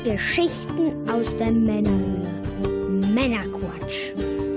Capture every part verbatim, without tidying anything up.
Geschichten aus der Männerhöhle. Männerquatsch.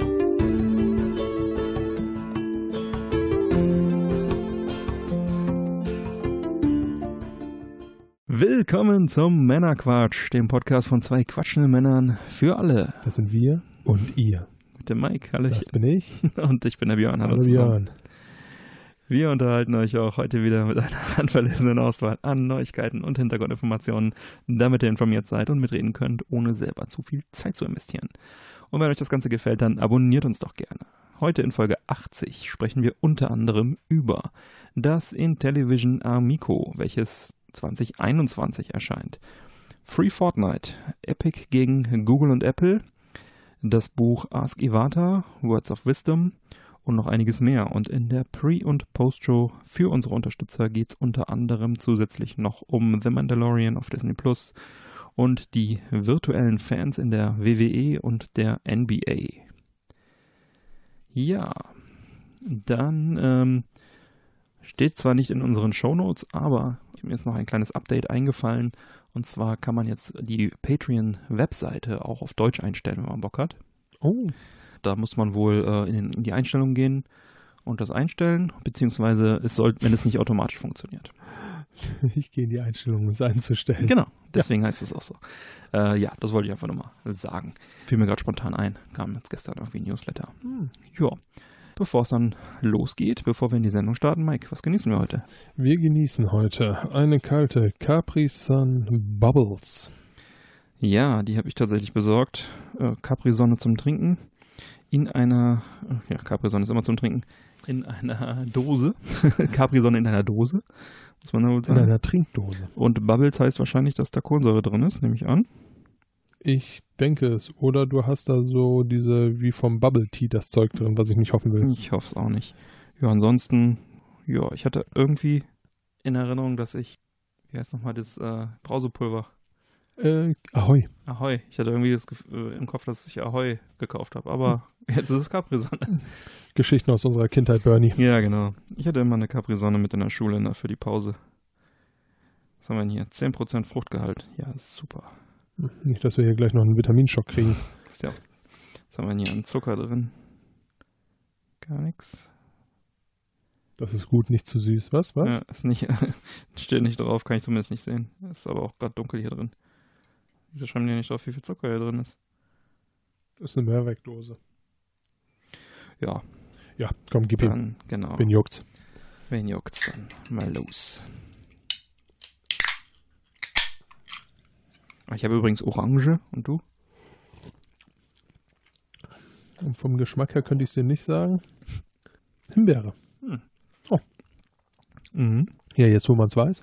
Willkommen zum Männerquatsch, dem Podcast von zwei quatschenden Männern für alle. Das sind wir und ihr. Mit dem Mike, hallo. Das bin ich. Und ich bin der Björn. Hallo, hallo Björn. Wir unterhalten euch auch heute wieder mit einer handverlesenen Auswahl an Neuigkeiten und Hintergrundinformationen, damit ihr informiert seid und mitreden könnt, ohne selber zu viel Zeit zu investieren. Und wenn euch das Ganze gefällt, dann abonniert uns doch gerne. Heute in Folge achtzig sprechen wir unter anderem über das Intellivision Amico, welches zwanzig einundzwanzig erscheint. Free Fortnite, Epic gegen Google und Apple, das Buch Ask Iwata, Words of Wisdom und noch einiges mehr. Und in der Pre- und Post-Show für unsere Unterstützer geht es unter anderem zusätzlich noch um The Mandalorian auf Disney Plus und die virtuellen Fans in der W W E und der N B A. Ja, dann ähm, steht zwar nicht in unseren Shownotes, aber mir ist noch ein kleines Update eingefallen. Und zwar kann man jetzt die Patreon-Webseite auch auf Deutsch einstellen, wenn man Bock hat. Oh. Da muss man wohl äh, in, in die Einstellungen gehen und das einstellen, beziehungsweise es soll, wenn es nicht automatisch funktioniert. Ich gehe in die Einstellungen, um es einzustellen. Genau, deswegen ja. heißt es auch so. Äh, ja, das wollte ich einfach nochmal sagen. Fiel mir gerade spontan ein, kam jetzt gestern irgendwie ein Newsletter. Hm. Ja. Bevor es dann losgeht, bevor wir in die Sendung starten, Mike, was genießen wir heute? Wir genießen heute eine kalte Capri Sun Bubbles. Ja, die habe ich tatsächlich besorgt. Äh, Capri-Sonne zum Trinken. In einer, ja, Capri-Sonne ist immer zum Trinken, in einer Dose. Capri-Sonne in einer Dose, muss man wohl sagen. In einer Trinkdose. Und Bubbles heißt wahrscheinlich, dass da Kohlensäure drin ist, nehme ich an. Ich denke es. Oder du hast da so diese, wie vom Bubble Tea, das Zeug drin, was ich nicht hoffen will. Ich hoffe es auch nicht. Ja, ansonsten, ja, ich hatte irgendwie in Erinnerung, dass ich, wie heißt nochmal das äh, Brausepulver? Äh, Ahoi. Ahoi. Ich hatte irgendwie das Gefühl, äh, im Kopf, dass ich Ahoi gekauft habe, aber hm. jetzt ist es Capri-Sonne. Geschichten aus unserer Kindheit, Bernie. Ja, genau. Ich hatte immer eine Capri-Sonne mit in der Schule ne, für die Pause. Was haben wir denn hier? zehn Prozent Fruchtgehalt. Ja, das ist super. Nicht, dass wir hier gleich noch einen Vitaminschock kriegen. Ja. Was haben wir denn hier an Zucker drin? Gar nichts. Das ist gut, nicht zu süß. Was? Was? Ja, ist nicht, steht nicht drauf, kann ich zumindest nicht sehen. Ist aber auch gerade dunkel hier drin. Wieso schreiben die nicht drauf, wie viel Zucker hier drin ist? Das ist eine Mehrwegdose. Ja. Ja, komm, gib dann, ihn. Genau. Wen juckt's? Wen juckt's dann? Mal los. Ich habe übrigens Orange. Und du? Und vom Geschmack her könnte ich es dir nicht sagen. Himbeere. Hm. Oh. Mhm. Ja, jetzt wo man es weiß.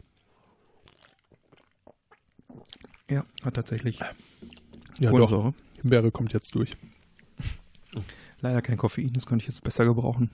Ja, hat tatsächlich. Ja, doch. Himbeere kommt jetzt durch. Leider kein Koffein, das könnte ich jetzt besser gebrauchen.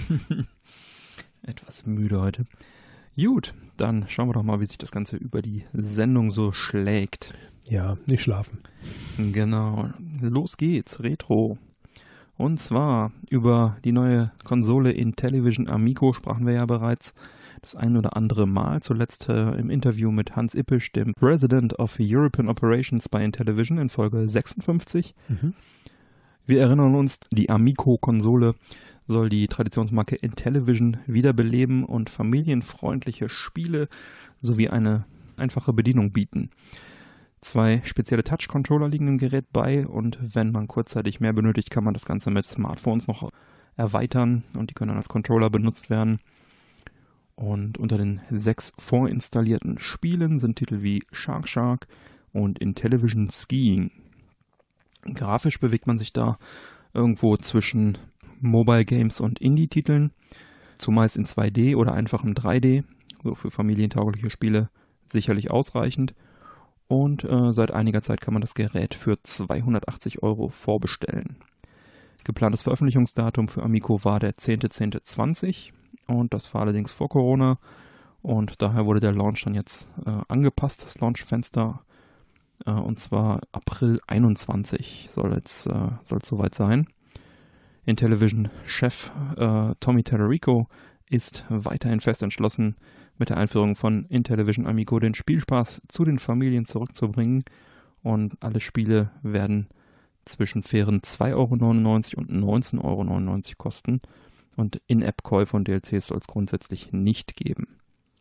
Etwas müde heute. Gut, dann schauen wir doch mal, wie sich das Ganze über die Sendung so schlägt. Ja, nicht schlafen. Genau, los geht's, Retro. Und zwar über die neue Konsole Intellivision Amico sprachen wir ja bereits das ein oder andere Mal. Zuletzt äh, im Interview mit Hans Ippisch, dem President of European Operations bei Intellivision in Folge sechsundfünfzig. Mhm. Wir erinnern uns, die Amico-Konsole soll die Traditionsmarke Intellivision wiederbeleben und familienfreundliche Spiele sowie eine einfache Bedienung bieten. Zwei spezielle Touch-Controller liegen im Gerät bei und wenn man kurzzeitig mehr benötigt, kann man das Ganze mit Smartphones noch erweitern und die können dann als Controller benutzt werden. Und unter den sechs vorinstallierten Spielen sind Titel wie Shark Shark und Intellivision Skiing. Grafisch bewegt man sich da irgendwo zwischen Mobile Games und Indie-Titeln, zumeist in zwei D oder einfach im drei D, so für familientaugliche Spiele sicherlich ausreichend. Und äh, seit einiger Zeit kann man das Gerät für zweihundertachtzig Euro vorbestellen. Geplantes Veröffentlichungsdatum für Amico war der zehnter zehnter zwanzig und das war allerdings vor Corona und daher wurde der Launch dann jetzt äh, angepasst, das Launchfenster. Uh, und zwar April einundzwanzig soll es uh, soll es soweit sein. Intellivision-Chef uh, Tommy Tallarico ist weiterhin fest entschlossen, mit der Einführung von Intellivision Amico den Spielspaß zu den Familien zurückzubringen und alle Spiele werden zwischen fairen zwei Euro neunundneunzig und neunzehn Euro neunundneunzig kosten und In-App-Käufe und D L Cs soll es grundsätzlich nicht geben.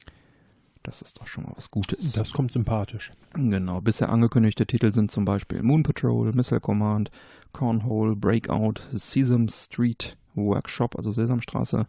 Das ist doch schon mal was Gutes. Das kommt sympathisch. Genau, bisher angekündigte Titel sind zum Beispiel Moon Patrol, Missile Command, Cornhole, Breakout, Sesame Street Workshop, also Sesamstraße,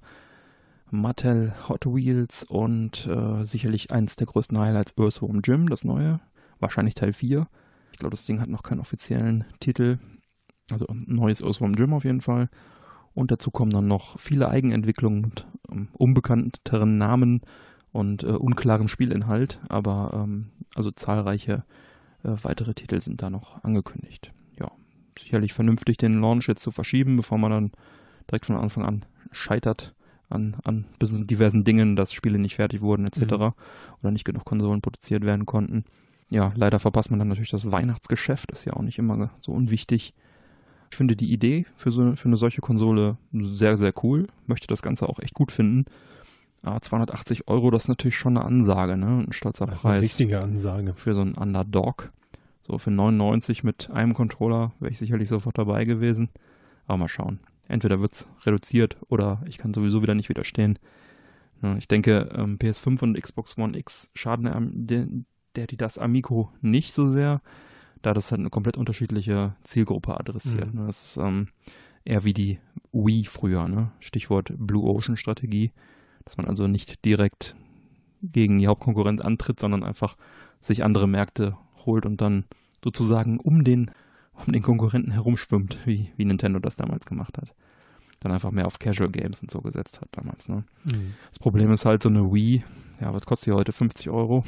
Mattel, Hot Wheels und äh, sicherlich eins der größten Highlights, Earthworm Jim, das neue, wahrscheinlich Teil vier. Ich glaube, das Ding hat noch keinen offiziellen Titel, also ein neues Earthworm Jim auf jeden Fall. Und dazu kommen dann noch viele Eigenentwicklungen mit ähm, unbekannteren Namen und äh, unklarem Spielinhalt, aber ähm, also zahlreiche äh, weitere Titel sind da noch angekündigt. Ja, sicherlich vernünftig den Launch jetzt zu verschieben, bevor man dann direkt von Anfang an scheitert an, an diversen Dingen, dass Spiele nicht fertig wurden et cetera. Mhm. Oder nicht genug Konsolen produziert werden konnten. Ja, leider verpasst man dann natürlich das Weihnachtsgeschäft, ist ja auch nicht immer so unwichtig. Ich finde die Idee für, so, für eine solche Konsole sehr, sehr cool. Möchte das Ganze auch echt gut finden. Aber zweihundertachtzig Euro, das ist natürlich schon eine Ansage, ne? Ein stolzer das ist Preis. Eine richtige Ansage. Für so einen Underdog. So für neunundneunzig mit einem Controller wäre ich sicherlich sofort dabei gewesen. Aber mal schauen. Entweder wird es reduziert oder ich kann sowieso wieder nicht widerstehen. Ja, ich denke, ähm, P S fünf und Xbox One X schaden der, der die das Amico nicht so sehr, da das halt eine komplett unterschiedliche Zielgruppe adressiert. Mhm. Ne? Das ist ähm, eher wie die Wii früher, ne? Stichwort Blue Ocean Strategie, dass man also nicht direkt gegen die Hauptkonkurrenz antritt, sondern einfach sich andere Märkte holt und dann sozusagen um den, um den Konkurrenten herumschwimmt, wie, wie Nintendo das damals gemacht hat. Dann einfach mehr auf Casual Games und so gesetzt hat damals. Ne? Mhm. Das Problem ist halt so eine Wii, ja, was kostet die heute? fünfzig Euro.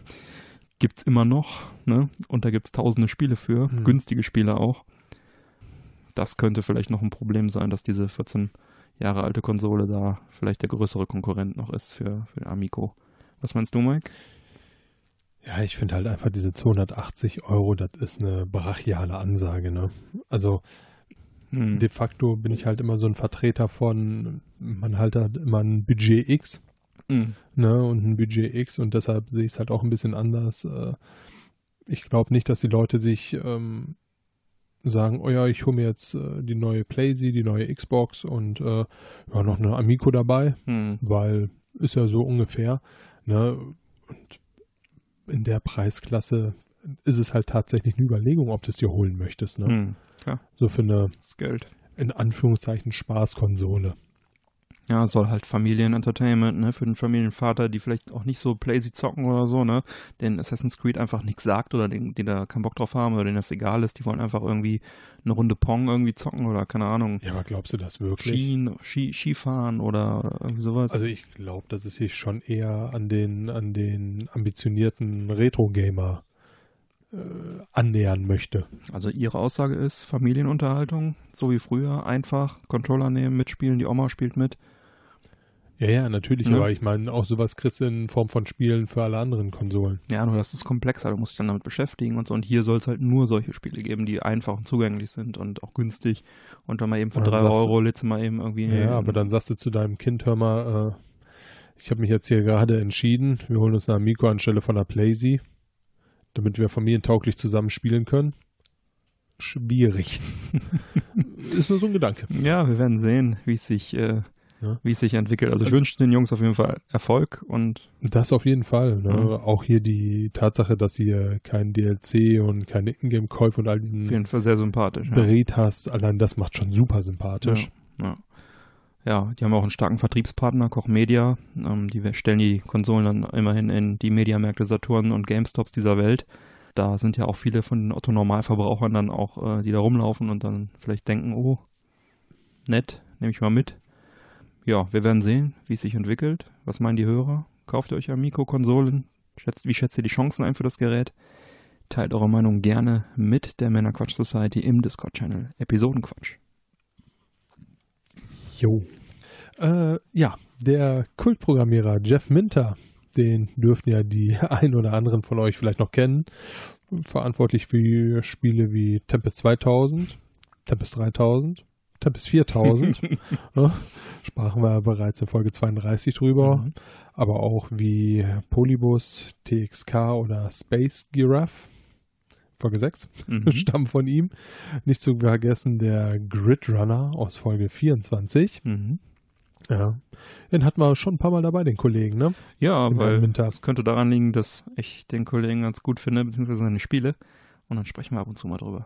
Gibt's immer noch, ne? Und da gibt's tausende Spiele für, mhm. günstige Spiele auch. Das könnte vielleicht noch ein Problem sein, dass diese vierzehn Jahre alte Konsole da vielleicht der größere Konkurrent noch ist für, für Amico. Was meinst du, Mike? Ja, ich finde halt einfach diese zweihundertachtzig Euro, das ist eine brachiale Ansage, ne? Also hm. de facto bin ich halt immer so ein Vertreter von, man halt hat immer ein Budget X, hm. ne? Und ein Budget X und deshalb sehe ich es halt auch ein bisschen anders. Ich glaube nicht, dass die Leute sich ähm, sagen, oh ja, ich hole mir jetzt äh, die neue PlayStation, die neue Xbox und äh, ja, noch eine Amico dabei, hm. weil ist ja so ungefähr, ne? Und in der Preisklasse ist es halt tatsächlich eine Überlegung, ob du es dir holen möchtest, ne? Hm, klar. So für eine, das Geld. In Anführungszeichen, Spaßkonsole. Ja, soll halt Familienentertainment, ne, für den Familienvater, die vielleicht auch nicht so Playsy zocken oder so, ne, den Assassin's Creed einfach nichts sagt oder den, die da keinen Bock drauf haben oder denen das egal ist, die wollen einfach irgendwie eine Runde Pong irgendwie zocken oder keine Ahnung. Ja, aber glaubst du das wirklich? Skien, Ski, Skifahren oder irgendwie sowas? Also ich glaube, dass es sich schon eher an den, an den ambitionierten Retro-Gamer äh, annähern möchte. Also ihre Aussage ist Familienunterhaltung, so wie früher, einfach Controller nehmen, mitspielen, die Oma spielt mit. Ja, ja, natürlich, ja. Aber ich meine, auch sowas kriegst du in Form von Spielen für alle anderen Konsolen. Ja, nur das ist komplexer, du musst dich dann damit beschäftigen und so. Und hier soll es halt nur solche Spiele geben, die einfach und zugänglich sind und auch günstig. Und dann mal eben für drei Euro lädst du mal eben irgendwie... Ja, aber dann sagst du zu deinem Kind, hör mal, äh, ich habe mich jetzt hier gerade entschieden, wir holen uns eine Amico anstelle von einer PlayStation, damit wir familientauglich zusammen spielen können. Schwierig. Ist nur so ein Gedanke. Ja, wir werden sehen, wie es sich... Äh, Ja. wie es sich entwickelt. Also ich wünsche den Jungs auf jeden Fall Erfolg und das auf jeden Fall. Ne? Ja. Auch hier die Tatsache, dass ihr kein D L C und keine Ingame-Käufe und all diesen auf jeden Fall sehr sympathisch. Berät ja. hast, allein das macht schon super sympathisch. Ja, ja. ja, die haben auch einen starken Vertriebspartner, Koch Media. Ähm, die stellen die Konsolen dann immerhin in die Mediamärkte Saturn und GameStops dieser Welt. Da sind ja auch viele von den Otto-Normalverbrauchern dann auch, äh, die da rumlaufen und dann vielleicht denken, oh, nett, nehme ich mal mit. Ja, wir werden sehen, wie es sich entwickelt. Was meinen die Hörer? Kauft ihr euch Amico-Konsolen? Schätzt, wie schätzt ihr die Chancen ein für das Gerät? Teilt eure Meinung gerne mit der Männerquatsch Society im Discord-Channel Episodenquatsch. Jo. Äh, ja, der Kultprogrammierer Jeff Minter, den dürften ja die ein oder anderen von euch vielleicht noch kennen. Verantwortlich für Spiele wie Tempest zweitausend, Tempest dreitausend, Tempest viertausend, ja, sprachen wir bereits in Folge zweiunddreißig drüber, mhm. aber auch wie Polybus, T X K oder Space Giraffe Folge sechs, Mhm. stammen von ihm. Nicht zu vergessen der Grid Runner aus Folge vierundzwanzig. Mhm. Ja, den hatten wir schon ein paar Mal dabei, den Kollegen, ne? Ja, Den weil Herrn Winter. es könnte daran liegen, dass ich den Kollegen ganz gut finde, beziehungsweise seine Spiele. Und dann sprechen wir ab und zu mal drüber.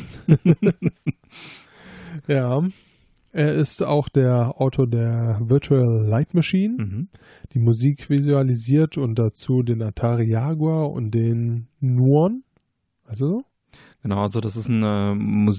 Ja, er ist auch der Autor der Virtual Light Machine, Mhm. die Musik visualisiert und dazu den Atari Jaguar und den Nuon. Also so? Genau, also das ist eine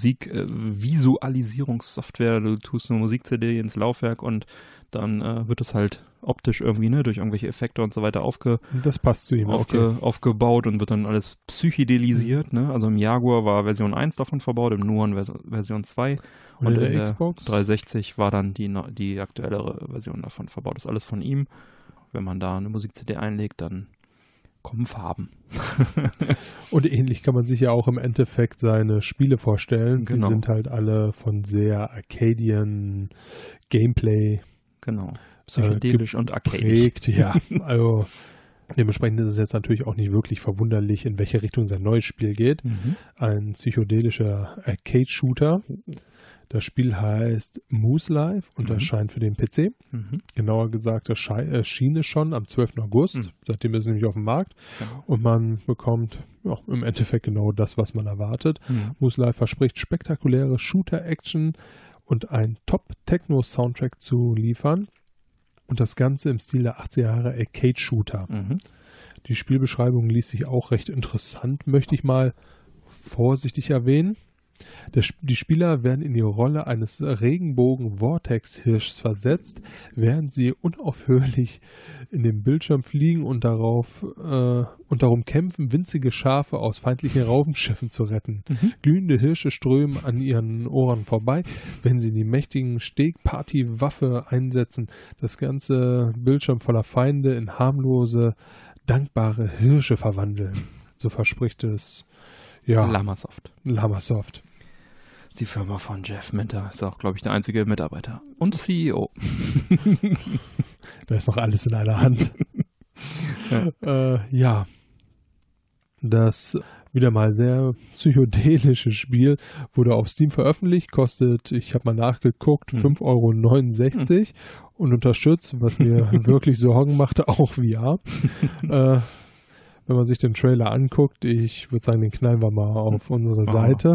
Musikvisualisierungssoftware. Du tust eine Musik-C D ins Laufwerk und dann äh, wird es halt optisch irgendwie, ne, durch irgendwelche Effekte und so weiter aufge, Das passt zu ihm, aufge, okay. aufgebaut und wird dann alles psychedelisiert. Ne? Also im Jaguar war Version eins davon verbaut, im Nuon Vers- Version zwei Und, und in in der der Xbox? dreihundertsechzig war dann die, no- die aktuellere Version davon verbaut. Das ist alles von ihm. Wenn man da eine Musik-C D einlegt, dann kommen Farben. Und ähnlich kann man sich ja auch im Endeffekt seine Spiele vorstellen. Genau. Die sind halt alle von sehr Arcadian Gameplay Genau. Psychedelisch und arcadisch. geprägt. Ja, also dementsprechend ist es jetzt natürlich auch nicht wirklich verwunderlich, in welche Richtung sein neues Spiel geht. Mhm. Ein psychedelischer Arcade-Shooter. Das Spiel heißt Moose Life und Mhm. erscheint für den P C. Mhm. Genauer gesagt, das schei- erschien es schon am zwölften August. Mhm. Seitdem ist es nämlich auf dem Markt. Genau. Und man bekommt ja, im Endeffekt genau das, was man erwartet. Mhm. Moose Life verspricht spektakuläre Shooter-Action und einen Top-Techno-Soundtrack zu liefern. Und das Ganze im Stil der achtziger Jahre Arcade-Shooter. Mhm. Die Spielbeschreibung liest sich auch recht interessant, möchte ich mal vorsichtig erwähnen. Der, die Spieler werden in die Rolle eines Regenbogen-Vortex-Hirschs versetzt, während sie unaufhörlich in den Bildschirm fliegen und, darauf, äh, und darum kämpfen, winzige Schafe aus feindlichen Raumschiffen zu retten. Mhm. Glühende Hirsche strömen an ihren Ohren vorbei, wenn sie die mächtigen Steg-Party-Waffe einsetzen. Das ganze Bildschirm voller Feinde in harmlose, dankbare Hirsche verwandeln. So verspricht es ja, Lamasoft. Lamasoft. Die Firma von Jeff Minter ist auch, glaube ich, der einzige Mitarbeiter. Und C E O. Da ist noch alles in einer Hand. Ja. Äh, ja. Das wieder mal sehr psychedelische Spiel wurde auf Steam veröffentlicht, kostet, ich habe mal nachgeguckt, Mhm. fünf Euro neunundsechzig und unterstützt, was mir wirklich Sorgen machte, auch V R. äh, wenn man sich den Trailer anguckt, ich würde sagen, den knallen wir mal auf unsere Oh. Seite.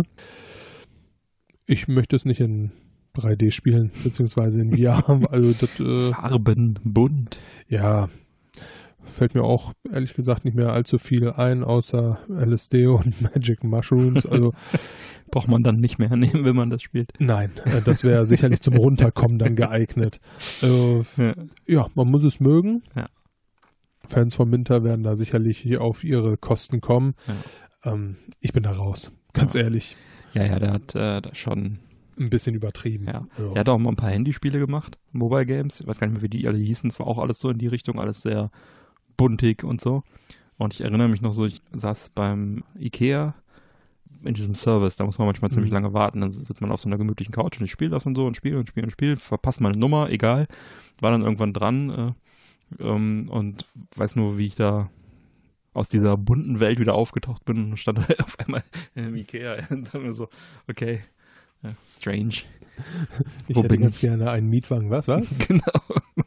Ich möchte es nicht in drei D spielen, beziehungsweise in V R. Also das, äh, Farben, bunt. ja, fällt mir auch ehrlich gesagt nicht mehr allzu viel ein, außer L S D und Magic Mushrooms. Also Braucht man dann nicht mehr nehmen, wenn man das spielt. nein, äh, das wäre sicherlich zum Runterkommen dann geeignet. Äh, Ja. ja, man muss es mögen. Ja. Fans von Minter werden da sicherlich hier auf ihre Kosten kommen. Ähm, ich bin da raus, ganz Ja. ehrlich. Ja, ja, der hat äh, da schon, Ein bisschen übertrieben. ja. Ja. Er hat auch mal ein paar Handyspiele gemacht, Mobile Games. Ich weiß gar nicht mehr, wie die alle hießen. Es war auch alles so in die Richtung, alles sehr buntig und so. Und ich erinnere mich noch so, ich saß beim Ikea in diesem Service, da muss man manchmal ziemlich Mhm. lange warten, dann sitzt man auf so einer gemütlichen Couch und ich spiele das und so und spiele und spiele und spiele, verpasst meine Nummer, egal. War dann irgendwann dran äh, ähm, und weiß nur, wie ich da aus dieser bunten Welt wieder aufgetaucht bin und stand halt auf einmal im Ikea und dann mir so, okay, ja, strange. ich wo hätte bin ganz ich? gerne einen Mietwagen. Was, was? Genau.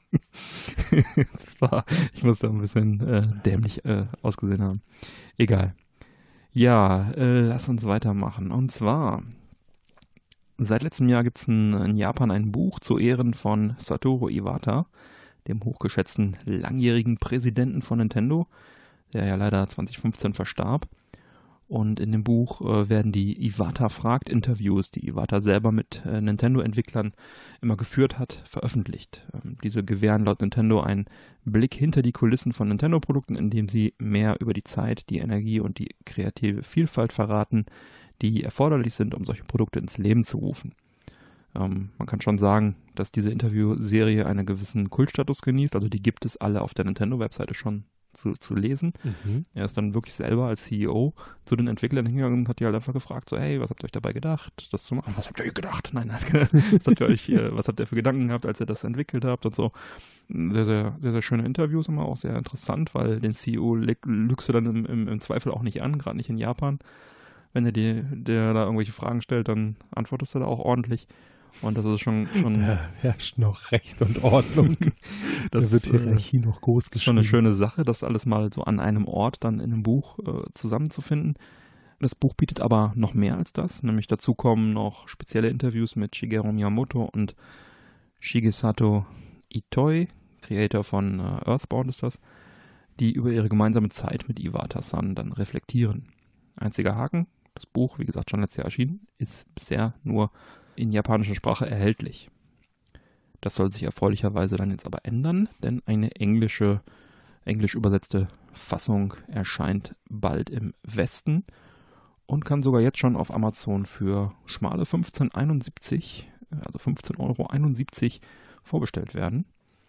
Das war, ich muss da ein bisschen äh, dämlich äh, ausgesehen haben. Egal. Ja, äh, lass uns weitermachen. Und zwar, seit letztem Jahr gibt es in, in Japan ein Buch zu Ehren von Satoru Iwata, dem hochgeschätzten langjährigen Präsidenten von Nintendo, der ja leider zwanzig fünfzehn verstarb. Und in dem Buch äh, werden die Iwata-Fragt-Interviews, die Iwata selber mit äh, Nintendo-Entwicklern immer geführt hat, veröffentlicht. Ähm, diese gewähren laut Nintendo einen Blick hinter die Kulissen von Nintendo-Produkten, indem sie mehr über die Zeit, die Energie und die kreative Vielfalt verraten, die erforderlich sind, um solche Produkte ins Leben zu rufen. Ähm, man kann schon sagen, dass diese Interviewserie einen gewissen Kultstatus genießt. Also die gibt es alle auf der Nintendo-Webseite schon zu, zu lesen. Mhm. Er ist dann wirklich selber als C E O zu den Entwicklern hingegangen und hat die halt einfach gefragt, so, hey, was habt ihr euch dabei gedacht, das zu machen? Was habt ihr euch gedacht? Nein, nein, was habt ihr euch, äh, was habt ihr für Gedanken gehabt, als ihr das entwickelt habt und so. Sehr, sehr, sehr, sehr schöne Interviews, immer auch sehr interessant, weil den C E O lügst du dann im, im, im Zweifel auch nicht an, gerade nicht in Japan. wenn er dir, dir da irgendwelche Fragen stellt, dann antwortest du da auch ordentlich. Und das ist schon... schon da herrscht noch Recht und Ordnung. das da wird Hierarchie äh, noch groß geschrieben. Das ist schon eine schöne Sache, das alles mal so an einem Ort dann in einem Buch äh, zusammenzufinden. Das Buch bietet aber noch mehr als das, nämlich dazu kommen noch spezielle Interviews mit Shigeru Miyamoto und Shigesato Itoi, Creator von äh, Earthbound ist das, die über ihre gemeinsame Zeit mit Iwata-san dann reflektieren. Einziger Haken, das Buch, wie gesagt, schon letztes Jahr erschienen, ist bisher nur in japanischer Sprache erhältlich. Das soll sich erfreulicherweise dann jetzt aber ändern, denn eine englische, englisch übersetzte Fassung erscheint bald im Westen und kann sogar jetzt schon auf Amazon für schmale fünfzehn Euro einundsiebzig, also fünfzehn Euro einundsiebzig vorbestellt werden.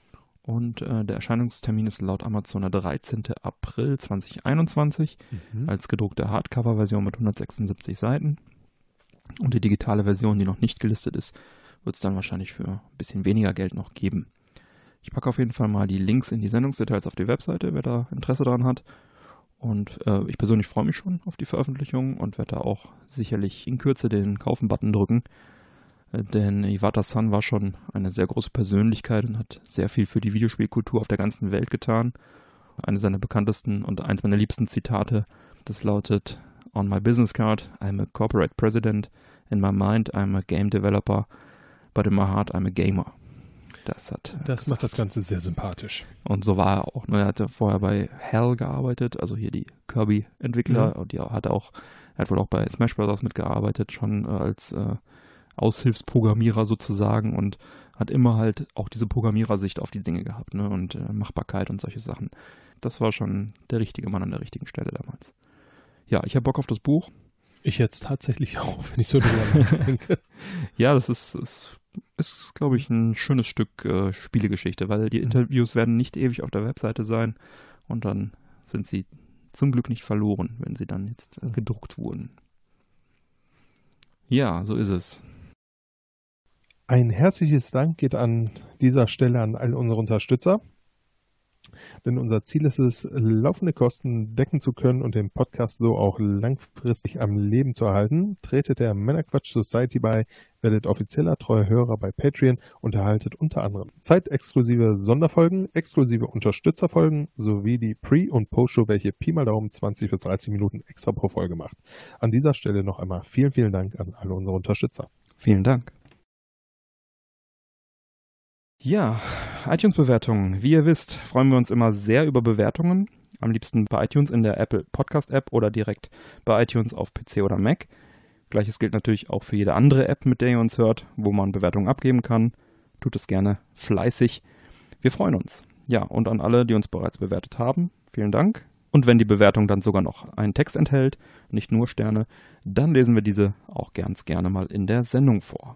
Und äh, der Erscheinungstermin ist laut Amazon der dreizehnten April zweitausendeinundzwanzig mhm. als gedruckte Hardcover-Version mit hundertsechsundsiebzig Seiten. Und die digitale Version, die noch nicht gelistet ist, wird es dann wahrscheinlich für ein bisschen weniger Geld noch geben. Ich packe auf jeden Fall mal die Links in die Sendungsdetails auf die Webseite, wer da Interesse daran hat. Und äh, ich persönlich freue mich schon auf die Veröffentlichung und werde da auch sicherlich in Kürze den Kaufen-Button drücken. Äh, denn Iwata-san war schon eine sehr große Persönlichkeit und hat sehr viel für die Videospielkultur auf der ganzen Welt getan. Eine seiner bekanntesten und eins meiner liebsten Zitate, das lautet: On my business card, I'm a corporate president. In my mind, I'm a game developer. But in my heart, I'm a gamer. Das hat Das macht das Ganze sehr sympathisch. Und so war er auch. Er hatte vorher bei Hell gearbeitet, also hier die Kirby-Entwickler. Mhm. Und die hat auch, er hat wohl auch bei Smash Bros. Mitgearbeitet, schon äh, als äh, Aushilfsprogrammierer sozusagen und hat immer halt auch diese Programmierersicht auf die Dinge gehabt, ne? Und äh, Machbarkeit und solche Sachen. Das war schon der richtige Mann an der richtigen Stelle damals. Ja, ich habe Bock auf das Buch. Ich jetzt tatsächlich auch, wenn ich so drüber nachdenke. Ja, das ist, ist, ist glaube ich, ein schönes Stück äh, Spielegeschichte, weil die Interviews werden nicht ewig auf der Webseite sein und dann sind sie zum Glück nicht verloren, wenn sie dann jetzt äh, gedruckt wurden. Ja, so ist es. Ein herzliches Dank geht an dieser Stelle an all unsere Unterstützer. Denn unser Ziel ist es, laufende Kosten decken zu können und den Podcast so auch langfristig am Leben zu erhalten. Tretet der Männerquatsch Society bei, werdet offizieller treuer Hörer bei Patreon und erhaltet unter anderem zeitexklusive Sonderfolgen, exklusive Unterstützerfolgen sowie die Pre- und Post-Show, welche Pi mal Daumen zwanzig bis dreißig Minuten extra pro Folge macht. An dieser Stelle noch einmal vielen, vielen Dank an alle unsere Unterstützer. Vielen Dank. Ja, iTunes-Bewertungen. Wie ihr wisst, freuen wir uns immer sehr über Bewertungen. Am liebsten bei iTunes in der Apple Podcast-App oder direkt bei iTunes auf P C oder Mac. Gleiches gilt natürlich auch für jede andere App, mit der ihr uns hört, wo man Bewertungen abgeben kann. Tut es gerne fleißig. Wir freuen uns. Ja, und an alle, die uns bereits bewertet haben, vielen Dank. Und wenn die Bewertung dann sogar noch einen Text enthält, nicht nur Sterne, dann lesen wir diese auch ganz gerne mal in der Sendung vor.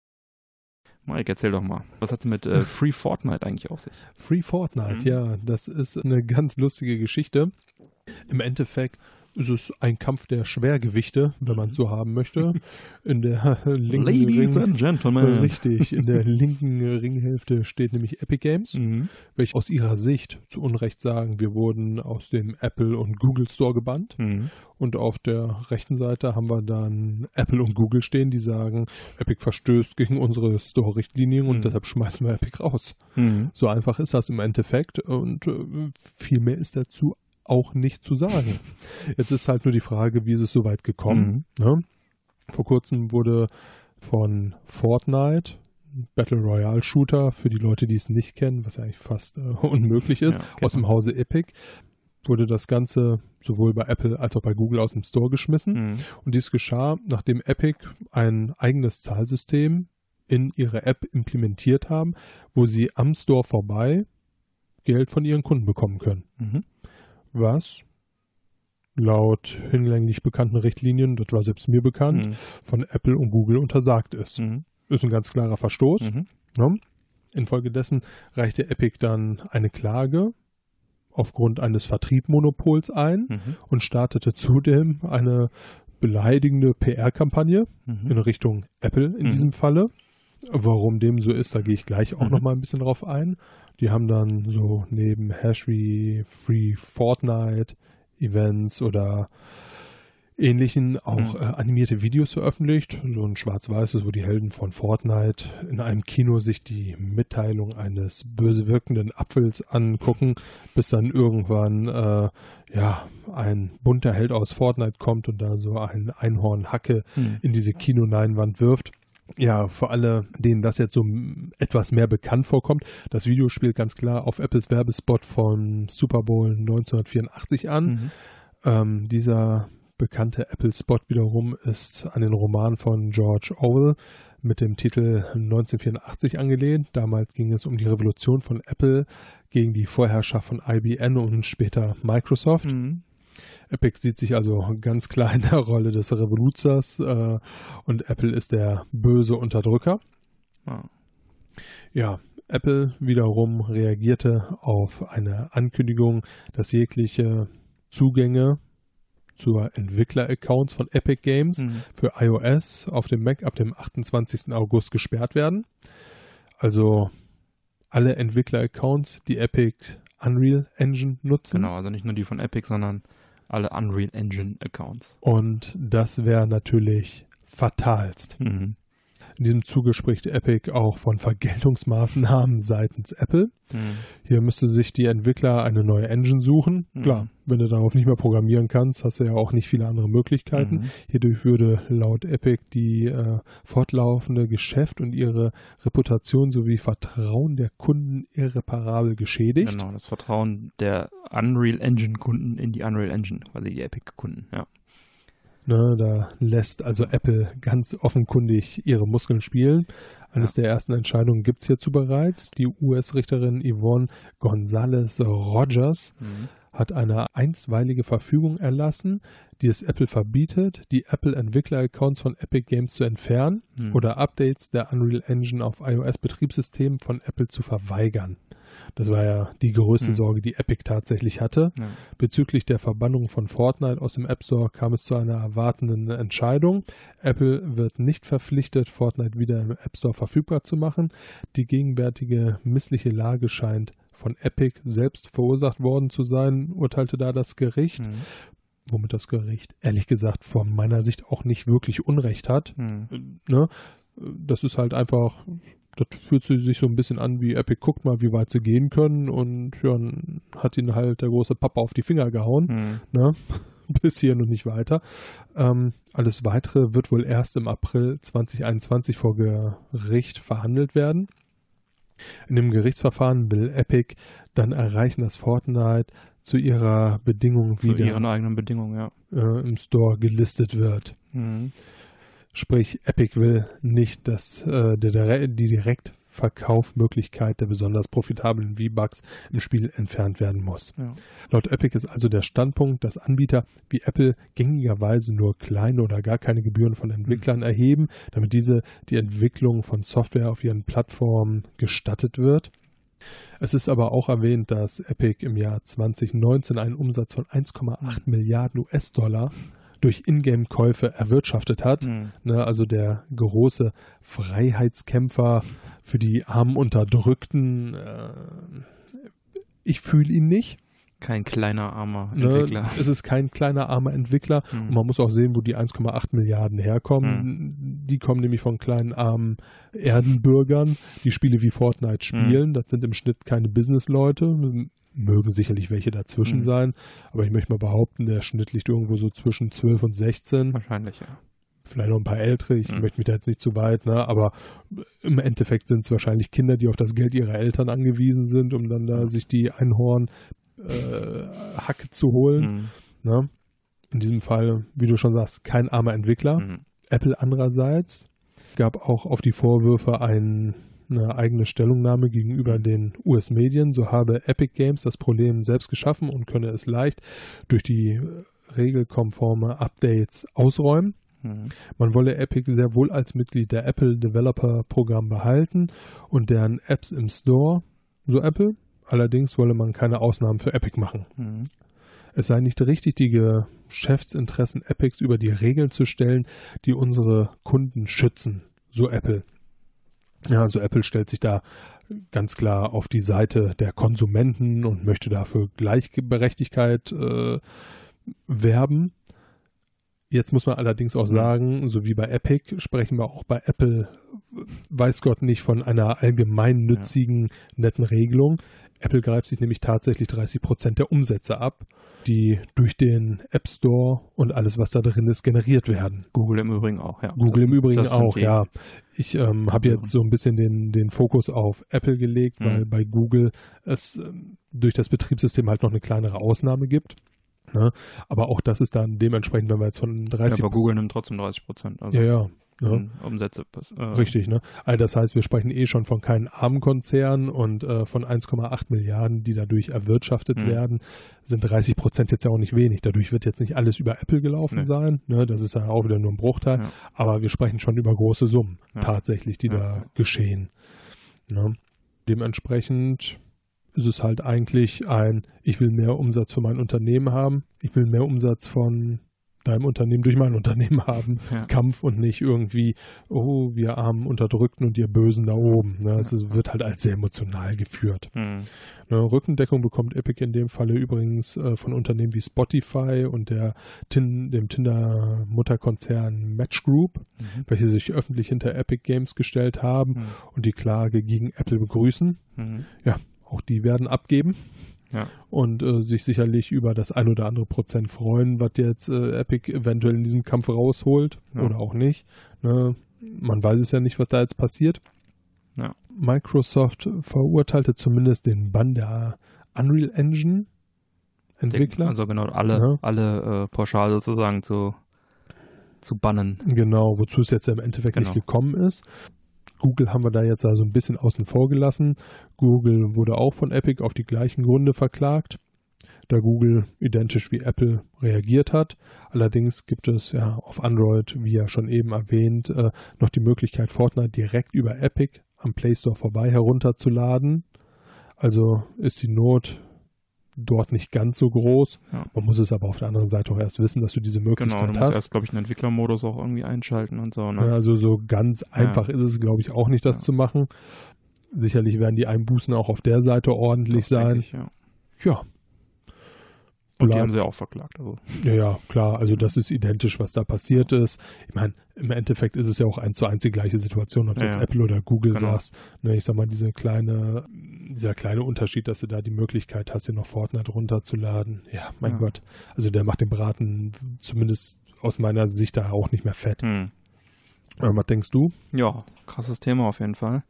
Mike, erzähl doch mal, was hat es mit äh, Free Fortnite eigentlich auf sich? Free Fortnite, mhm. ja, das ist eine ganz lustige Geschichte. Im Endeffekt ist es ein Kampf der Schwergewichte, wenn man es so haben möchte. In der linken Ladies Ring, and Gentlemen. Richtig, in der linken Ringhälfte steht nämlich Epic Games, mhm. welche aus ihrer Sicht zu Unrecht sagen, wir wurden aus dem Apple und Google Store gebannt. Mhm. Und auf der rechten Seite haben wir dann Apple und Google stehen, die sagen, Epic verstößt gegen unsere Store-Richtlinien und mhm. deshalb schmeißen wir Epic raus. Mhm. So einfach ist das im Endeffekt und äh, viel mehr ist dazu auch nicht zu sagen. Jetzt ist halt nur die Frage, wie ist es so weit gekommen? Mhm. Ne? Vor kurzem wurde von Fortnite, Battle Royale Shooter, für die Leute, die es nicht kennen, was ja eigentlich fast äh, unmöglich ist, ja, aus dem Hause Epic, wurde das Ganze sowohl bei Apple als auch bei Google aus dem Store geschmissen. Mhm. Und dies geschah, nachdem Epic ein eigenes Zahlsystem in ihre App implementiert haben, wo sie am Store vorbei Geld von ihren Kunden bekommen können. Mhm. Was laut hinlänglich bekannten Richtlinien, das war selbst mir bekannt, mhm. von Apple und Google untersagt ist. Mhm. Ist ein ganz klarer Verstoß. Mhm. Ja. Infolgedessen reichte Epic dann eine Klage aufgrund eines Vertriebsmonopols ein mhm. und startete zudem eine beleidigende P R-Kampagne mhm. in Richtung Apple in mhm. diesem Falle. Warum dem so ist, da gehe ich gleich auch mhm. noch mal ein bisschen drauf ein. Die haben dann so neben Hash wie Free Fortnite Events oder ähnlichen auch Mhm. äh, animierte Videos veröffentlicht. So ein schwarz-weißes, wo die Helden von Fortnite in einem Kino sich die Mitteilung eines böse wirkenden Apfels angucken, bis dann irgendwann äh, ja ein bunter Held aus Fortnite kommt und da so ein Einhorn-Hacke Mhm. in diese Kinoleinwand wirft. Ja, für alle, denen das jetzt so m- etwas mehr bekannt vorkommt, das Video spielt ganz klar auf Apples Werbespot von Super Bowl neunzehnhundertvierundachtzig an. Mhm. Ähm, dieser bekannte Apple-Spot wiederum ist an den Roman von George Orwell mit dem Titel neunzehnhundertvierundachtzig angelehnt. Damals ging es um die Revolution von Apple gegen die Vorherrschaft von I B M und später Microsoft. Mhm. Epic sieht sich also ganz klar in der Rolle des Revoluzers äh, und Apple ist der böse Unterdrücker. Ah. Ja, Apple wiederum reagierte auf eine Ankündigung, dass jegliche Zugänge zur Entwickler-Accounts von Epic Games Mhm. für iOS auf dem Mac ab dem achtundzwanzigsten August gesperrt werden. Also alle Entwickler-Accounts, die Epic Unreal Engine nutzen. Genau, also nicht nur die von Epic, sondern alle Unreal Engine Accounts. Und das wäre natürlich fatalst. Mhm. In diesem Zuge spricht Epic auch von Vergeltungsmaßnahmen seitens Apple. Mhm. Hier müsste sich die Entwickler eine neue Engine suchen. Mhm. Klar, wenn du darauf nicht mehr programmieren kannst, hast du ja auch nicht viele andere Möglichkeiten. Mhm. Hierdurch würde laut Epic die äh, fortlaufende Geschäft und ihre Reputation sowie Vertrauen der Kunden irreparabel geschädigt. Genau, das Vertrauen der Unreal Engine Kunden in die Unreal Engine, quasi die Epic Kunden, ja. Ne, da lässt also Apple ganz offenkundig ihre Muskeln spielen. Eines der ersten Entscheidungen gibt es hierzu bereits. Die U S-Richterin Yvonne Gonzalez Rogers Mhm. hat eine einstweilige Verfügung erlassen, die es Apple verbietet, die Apple-Entwickler-Accounts von Epic Games zu entfernen Mhm. oder Updates der Unreal Engine auf iOS-Betriebssystemen von Apple zu verweigern. Das war ja die größte Mhm. Sorge, die Epic tatsächlich hatte. Ja. Bezüglich der Verbannung von Fortnite aus dem App Store kam es zu einer erwartenden Entscheidung. Apple wird nicht verpflichtet, Fortnite wieder im App Store verfügbar zu machen. Die gegenwärtige missliche Lage scheint von Epic selbst verursacht worden zu sein, urteilte da das Gericht. Mhm. Womit das Gericht, ehrlich gesagt, von meiner Sicht auch nicht wirklich Unrecht hat. Mhm. Ne? Das ist halt einfach, das fühlt sich so ein bisschen an wie Epic guckt mal, wie weit sie gehen können und ja, dann hat ihnen halt der große Papa auf die Finger gehauen. Mhm. Ne? Bis hierhin und nicht weiter. Ähm, alles Weitere wird wohl erst im April zweitausendeinundzwanzig vor Gericht verhandelt werden. In dem Gerichtsverfahren will Epic dann erreichen, dass Fortnite zu ihrer Bedingung Zu wieder ihren eigenen Bedingungen, ja. äh, im Store gelistet wird. Mhm. Sprich, Epic will nicht, dass äh, der, der, die Direktverkaufmöglichkeit der besonders profitablen V-Bucks im Spiel entfernt werden muss. Ja. Laut Epic ist also der Standpunkt, dass Anbieter wie Apple gängigerweise nur kleine oder gar keine Gebühren von Entwicklern Mhm. erheben, damit diese die Entwicklung von Software auf ihren Plattformen gestattet wird. Es ist aber auch erwähnt, dass Epic im Jahr zweitausendneunzehn einen Umsatz von eins Komma acht Milliarden U S-Dollar durch Ingame-Käufe erwirtschaftet hat. Mhm. Ne, also der große Freiheitskämpfer für die armen Unterdrückten. Äh, ich fühle ihn nicht. Kein kleiner, armer Ne? Entwickler. Es ist kein kleiner, armer Entwickler. Mhm. Und man muss auch sehen, wo die eins Komma acht Milliarden herkommen. Die kommen nämlich von kleinen, armen Erdenbürgern, die Spiele wie Fortnite spielen. Das sind im Schnitt keine Businessleute. Mögen sicherlich welche dazwischen Mhm. sein. Aber ich möchte mal behaupten, der Schnitt liegt irgendwo so zwischen zwölf und sechzehn. Wahrscheinlich, ja. Vielleicht noch ein paar ältere, ich Mhm. möchte mich da jetzt nicht zu weit, ne? Aber im Endeffekt sind es wahrscheinlich Kinder, die auf das Geld ihrer Eltern angewiesen sind, um dann da Ja. sich die Einhorn äh, Hacke zu holen. Mhm. Ne? In diesem Fall, wie du schon sagst, kein armer Entwickler. Mhm. Apple andererseits gab auch auf die Vorwürfe ein, eine eigene Stellungnahme gegenüber den U S-Medien. So habe Epic Games das Problem selbst geschaffen und könne es leicht durch die regelkonforme Updates ausräumen. Mhm. Man wolle Epic sehr wohl als Mitglied der Apple Developer Programm behalten und deren Apps im Store, so Apple. Allerdings wolle man keine Ausnahmen für Epic machen. Mhm. Es sei nicht richtig, die Geschäftsinteressen Epics über die Regeln zu stellen, die unsere Kunden schützen, so Apple. Ja, also Apple stellt sich da ganz klar auf die Seite der Konsumenten und möchte dafür Gleichberechtigkeit äh, werben. Jetzt muss man allerdings auch sagen, so wie bei Epic, sprechen wir auch bei Apple, weiß Gott nicht, von einer allgemeinnützigen, ja. netten Regelung. Apple greift sich nämlich tatsächlich dreißig Prozent der Umsätze ab, die durch den App Store und alles, was da drin ist, generiert werden. Google im Übrigen auch, ja. Google das, im Übrigen auch, die, ja. Ich ähm, habe jetzt so ein bisschen den, den Fokus auf Apple gelegt, mhm. weil bei Google es ähm, durch das Betriebssystem halt noch eine kleinere Ausnahme gibt. Ne? Aber auch das ist dann dementsprechend, wenn wir jetzt von dreißig... Ja, aber Google nimmt trotzdem dreißig Prozent. Also ja, ja. Ne? Umsätze. Äh, Richtig, ne? Also das heißt, wir sprechen eh schon von keinen armen Konzernen und äh, von eins Komma acht Milliarden, die dadurch erwirtschaftet mhm. werden, sind dreißig Prozent jetzt ja auch nicht wenig. Dadurch wird jetzt nicht alles über Apple gelaufen nee. sein, ne? Das ist ja auch wieder nur ein Bruchteil, ja. aber wir sprechen schon über große Summen ja. tatsächlich, die ja. da geschehen. Ne? Dementsprechend ist es halt eigentlich ein, ich will mehr Umsatz für mein Unternehmen haben, ich will mehr Umsatz von deinem Unternehmen durch mein Unternehmen haben, ja. Kampf und nicht irgendwie, oh, wir armen Unterdrückten und ihr Bösen da oben. Ne? Es ja. wird halt als sehr emotional geführt. Mhm. Ne, Rückendeckung bekommt Epic in dem Falle übrigens äh, von Unternehmen wie Spotify und der Tin, dem Tinder-Mutterkonzern Match Group, mhm. welche sich öffentlich hinter Epic Games gestellt haben mhm. und die Klage gegen Apple begrüßen. Mhm. Ja, auch die werden abgeben. Ja. Und äh, sich sicherlich über das ein oder andere Prozent freuen, was jetzt äh, Epic eventuell in diesem Kampf rausholt ja. oder auch nicht. Ne? Man weiß es ja nicht, was da jetzt passiert. Ja. Microsoft verurteilte zumindest den Bann der Unreal Engine Entwickler. Also genau, alle, ja. alle äh, pauschal sozusagen zu, zu bannen. Genau, wozu es jetzt im Endeffekt genau. nicht gekommen ist. Google haben wir da jetzt also ein bisschen außen vor gelassen. Google wurde auch von Epic auf die gleichen Gründe verklagt, da Google identisch wie Apple reagiert hat. Allerdings gibt es ja auf Android, wie ja schon eben erwähnt, äh, noch die Möglichkeit, Fortnite direkt über Epic am Play Store vorbei herunterzuladen. Also ist die Not dort nicht ganz so groß. Ja. Man muss es aber auf der anderen Seite auch erst wissen, dass du diese Möglichkeit hast. Genau, du musst hast. erst, glaube ich, einen Entwicklermodus auch irgendwie einschalten und so. Ne? Ja, also so ganz einfach ja. ist es, glaube ich, auch nicht, das ja. zu machen. Sicherlich werden die Einbußen auch auf der Seite ordentlich das sein. Ich, ja. ja. Und die haben sie auch verklagt. Also. Ja, ja, klar. Also das ist identisch, was da passiert ja. ist. Ich meine, im Endeffekt ist es ja auch eins zu eins die gleiche Situation, ob du ja, jetzt ja. Apple oder Google genau. sagst. Ne, ich sag mal, diese kleine, dieser kleine Unterschied, dass du da die Möglichkeit hast, dir noch Fortnite runterzuladen. Ja, mein ja. Gott. Also der macht den Braten zumindest aus meiner Sicht da auch nicht mehr fett. Hm. Aber was denkst du? Ja, krasses Thema auf jeden Fall.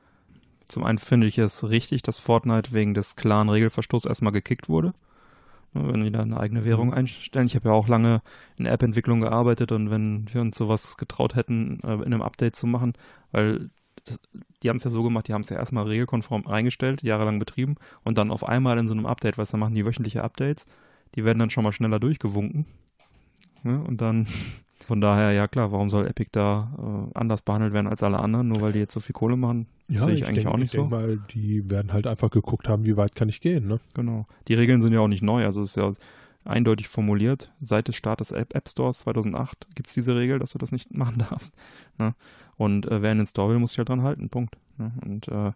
Zum einen finde ich es richtig, dass Fortnite wegen des klaren Regelverstoßes erstmal gekickt wurde. Wenn die da eine eigene Währung einstellen. Ich habe ja auch lange in App-Entwicklung gearbeitet und wenn wir uns sowas getraut hätten, in einem Update zu machen, weil das, die haben es ja so gemacht, die haben es ja erstmal regelkonform eingestellt, jahrelang betrieben und dann auf einmal in so einem Update, weißt du, dann machen die wöchentliche Updates, die werden dann schon mal schneller durchgewunken. Ja, und dann, von daher, ja klar, warum soll Epic da äh, anders behandelt werden als alle anderen, nur weil die jetzt so viel Kohle machen? Das ja, sehe ich, ich eigentlich denk, auch nicht ich so. Ich denke mal, die werden halt einfach geguckt haben, wie weit kann ich gehen, ne? Genau. Die Regeln sind ja auch nicht neu, also es ist ja eindeutig formuliert. Seit des Starts des App, App Stores zweitausendacht gibt es diese Regel, dass du das nicht machen darfst. Ne? Und äh, wer in den Store will, muss sich halt dran halten, Punkt. Ne? Und äh,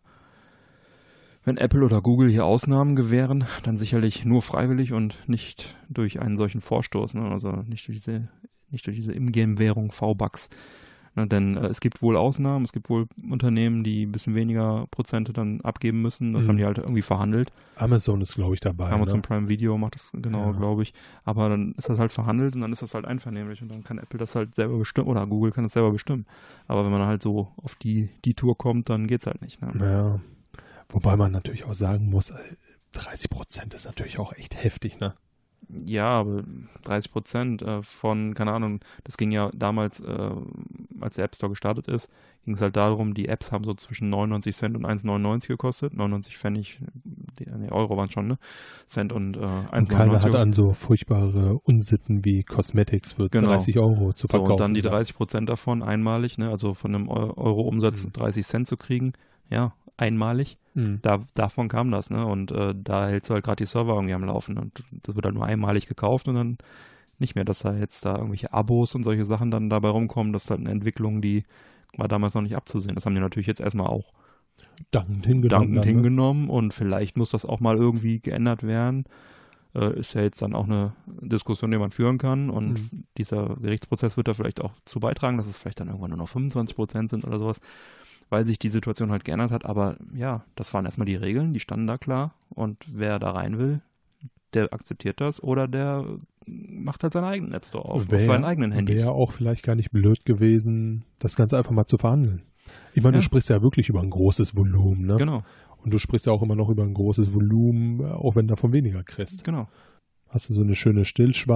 wenn Apple oder Google hier Ausnahmen gewähren, dann sicherlich nur freiwillig und nicht durch einen solchen Vorstoß, ne? Also nicht durch diese, nicht durch diese Ingame-Währung V-Bucks. Ne? Denn äh, es gibt wohl Ausnahmen, es gibt wohl Unternehmen, die ein bisschen weniger Prozente dann abgeben müssen. Das mhm. haben die halt irgendwie verhandelt. Amazon ist, glaube ich, dabei. Amazon ne? Prime Video macht das genau, ja. glaube ich. Aber dann ist das halt verhandelt und dann ist das halt einvernehmlich und dann kann Apple das halt selber bestimmen oder Google kann das selber bestimmen. Aber wenn man halt so auf die, die Tour kommt, dann geht's halt nicht. Ne? Ja. Wobei man natürlich auch sagen muss, dreißig Prozent ist natürlich auch echt heftig, ne? Ja, aber dreißig Prozent äh, von, keine Ahnung, das ging ja damals, äh, als der App Store gestartet ist, ging es halt darum, die Apps haben so zwischen neunundneunzig Cent und eins neunundneunzig gekostet. neunundneunzig Pfennig, die, nee, Euro waren schon, ne? Cent und äh, eins neunundneunzig. Und keiner hat an so furchtbare Unsitten wie Cosmetics für genau. dreißig Euro zu verkaufen. So, und dann die dreißig Prozent davon einmalig, ne? Also von einem Euro-Umsatz mhm. dreißig Cent zu kriegen, ja, einmalig. Mhm. Da, davon kam das, ne? Und äh, da hältst du halt gerade die Server irgendwie am Laufen und das wird halt nur einmalig gekauft und dann nicht mehr, dass da jetzt da irgendwelche Abos und solche Sachen dann dabei rumkommen. Das ist halt eine Entwicklung, die war damals noch nicht abzusehen. Das haben die natürlich jetzt erstmal auch dankend hingenommen, dankend hingenommen und vielleicht muss das auch mal irgendwie geändert werden. äh, ist ja jetzt dann auch eine Diskussion, die man führen kann und mhm. dieser Gerichtsprozess wird da vielleicht auch zu beitragen, dass es vielleicht dann irgendwann nur noch fünfundzwanzig Prozent sind oder sowas, weil sich die Situation halt geändert hat, aber ja, das waren erstmal die Regeln, die standen da klar und wer da rein will, der akzeptiert das oder der macht halt seinen eigenen App Store auf, wär, auf seinen eigenen Handys. Wäre auch vielleicht gar nicht blöd gewesen, das Ganze einfach mal zu verhandeln. Ich meine, ja. du sprichst ja wirklich über ein großes Volumen, ne? Genau. Und du sprichst ja auch immer noch über ein großes Volumen, auch wenn du davon weniger kriegst. Genau. Hast du so eine schöne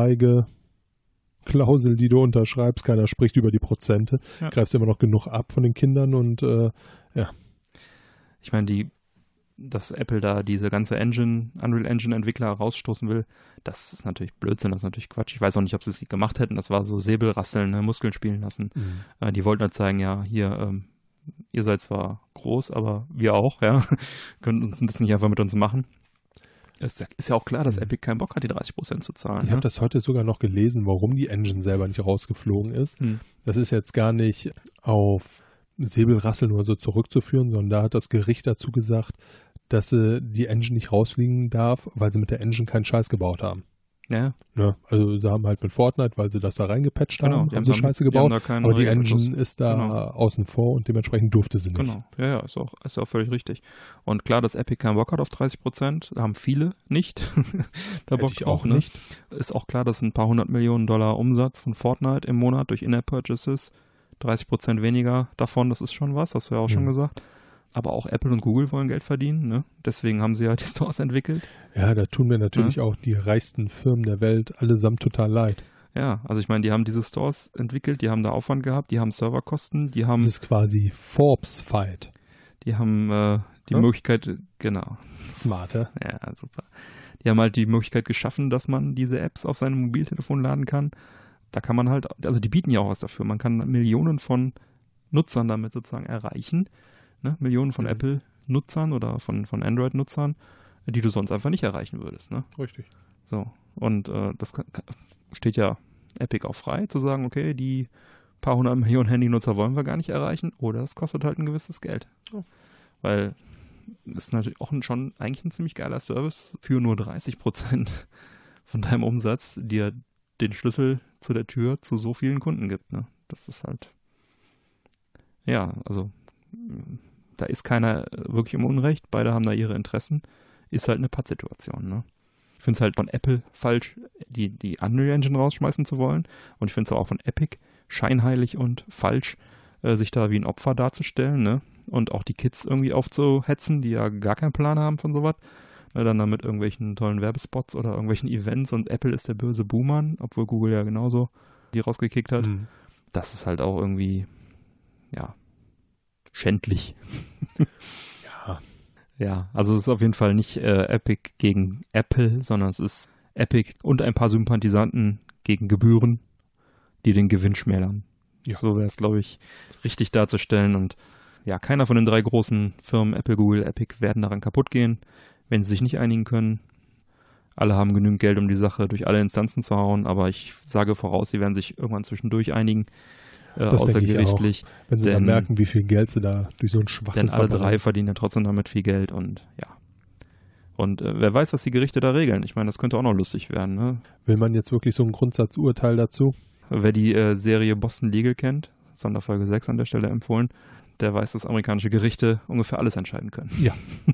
Stillschweige-Klausel, die du unterschreibst, keiner spricht über die Prozente, ja. greifst immer noch genug ab von den Kindern und äh, ja. Ich meine, die dass Apple da diese ganze Engine, Unreal Engine Entwickler rausstoßen will, das ist natürlich Blödsinn, das ist natürlich Quatsch. Ich weiß auch nicht, ob sie es gemacht hätten. Das war so Säbelrasseln, ne, Muskeln spielen lassen. Mhm. Äh, die wollten halt zeigen, ja, hier, ähm, ihr seid zwar groß, aber wir auch, ja. Können uns das nicht einfach mit uns machen. Es ist ja auch klar, dass mhm. Epic keinen Bock hat, die dreißig Prozent zu zahlen. Ich ne? habe das heute sogar noch gelesen, warum die Engine selber nicht rausgeflogen ist. Mhm. Das ist jetzt gar nicht auf Säbelrasseln oder so zurückzuführen, sondern da hat das Gericht dazu gesagt, dass sie die Engine nicht rausfliegen darf, weil sie mit der Engine keinen Scheiß gebaut haben. Ja. ja. Also sie haben halt mit Fortnite, weil sie das da reingepatcht genau, haben, die haben sie Scheiße gebaut, aber die Engine ist da genau. außen vor und dementsprechend durfte sie nicht. Genau, ja, ja, ist auch, ist auch völlig richtig. Und klar, dass Epic keinen Bock hat auf dreißig Prozent, haben viele nicht. da Bock ich auch ne? nicht. Ist auch klar, dass ein paar hundert Millionen Dollar Umsatz von Fortnite im Monat durch In-App-Purchases, dreißig Prozent weniger davon, das ist schon was, hast du ja auch mhm. schon gesagt. Aber auch Apple und Google wollen Geld verdienen, ne? Deswegen haben sie ja die Stores entwickelt. Ja, da tun mir natürlich ja. auch die reichsten Firmen der Welt allesamt total leid. Ja, also ich meine, die haben diese Stores entwickelt, die haben da Aufwand gehabt, die haben Serverkosten, die haben... Das ist quasi Forbes-Fight. Die haben äh, die ja? Möglichkeit, genau. Smarter. Ja, super. Die haben halt die Möglichkeit geschaffen, dass man diese Apps auf seinem Mobiltelefon laden kann. Da kann man halt, also die bieten ja auch was dafür. Man kann Millionen von Nutzern damit sozusagen erreichen. Ne, Millionen von mhm. Apple-Nutzern oder von, von Android-Nutzern, die du sonst einfach nicht erreichen würdest. Ne? Richtig. So, und äh, das kann, steht ja Epic auch frei, zu sagen, okay, die paar hundert Millionen Handynutzer wollen wir gar nicht erreichen, oder es kostet halt ein gewisses Geld. Oh. Weil es ist natürlich auch ein, schon eigentlich ein ziemlich geiler Service für nur dreißig Prozent von deinem Umsatz, dir den Schlüssel zu der Tür zu so vielen Kunden gibt. Ne? Das ist halt, ja, also da ist keiner wirklich im Unrecht, beide haben da ihre Interessen, ist halt eine Pattsituation, ne? Ich finde es halt von Apple falsch, die, die Unreal Engine rausschmeißen zu wollen, und ich finde es auch von Epic scheinheilig und falsch, äh, sich da wie ein Opfer darzustellen, ne? Und auch die Kids irgendwie aufzuhetzen, die ja gar keinen Plan haben von sowas, ne? Dann da mit irgendwelchen tollen Werbespots oder irgendwelchen Events und Apple ist der böse Buhmann, obwohl Google ja genauso die rausgekickt hat. Mhm. Das ist halt auch irgendwie, ja, schändlich. ja. Ja, also es ist auf jeden Fall nicht äh, Epic gegen Apple, sondern es ist Epic und ein paar Sympathisanten gegen Gebühren, die den Gewinn schmälern. Ja. So wäre es, glaube ich, richtig darzustellen. Und ja, keiner von den drei großen Firmen, Apple, Google, Epic, werden daran kaputt gehen, wenn sie sich nicht einigen können. Alle haben genügend Geld, um die Sache durch alle Instanzen zu hauen, aber ich sage voraus, sie werden sich irgendwann zwischendurch einigen. Äh, das außergerichtlich. Auch, wenn sie denn, dann merken, wie viel Geld sie da durch so einen Schwachsinn Denn alle drei verdienen ja trotzdem damit viel Geld und ja. Und äh, wer weiß, was die Gerichte da regeln. Ich meine, das könnte auch noch lustig werden. Ne? Will man jetzt wirklich so ein Grundsatzurteil dazu? Wer die äh, Serie Boston Legal kennt, Sonderfolge sechs an der Stelle empfohlen, der weiß, dass amerikanische Gerichte ungefähr alles entscheiden können. Ja.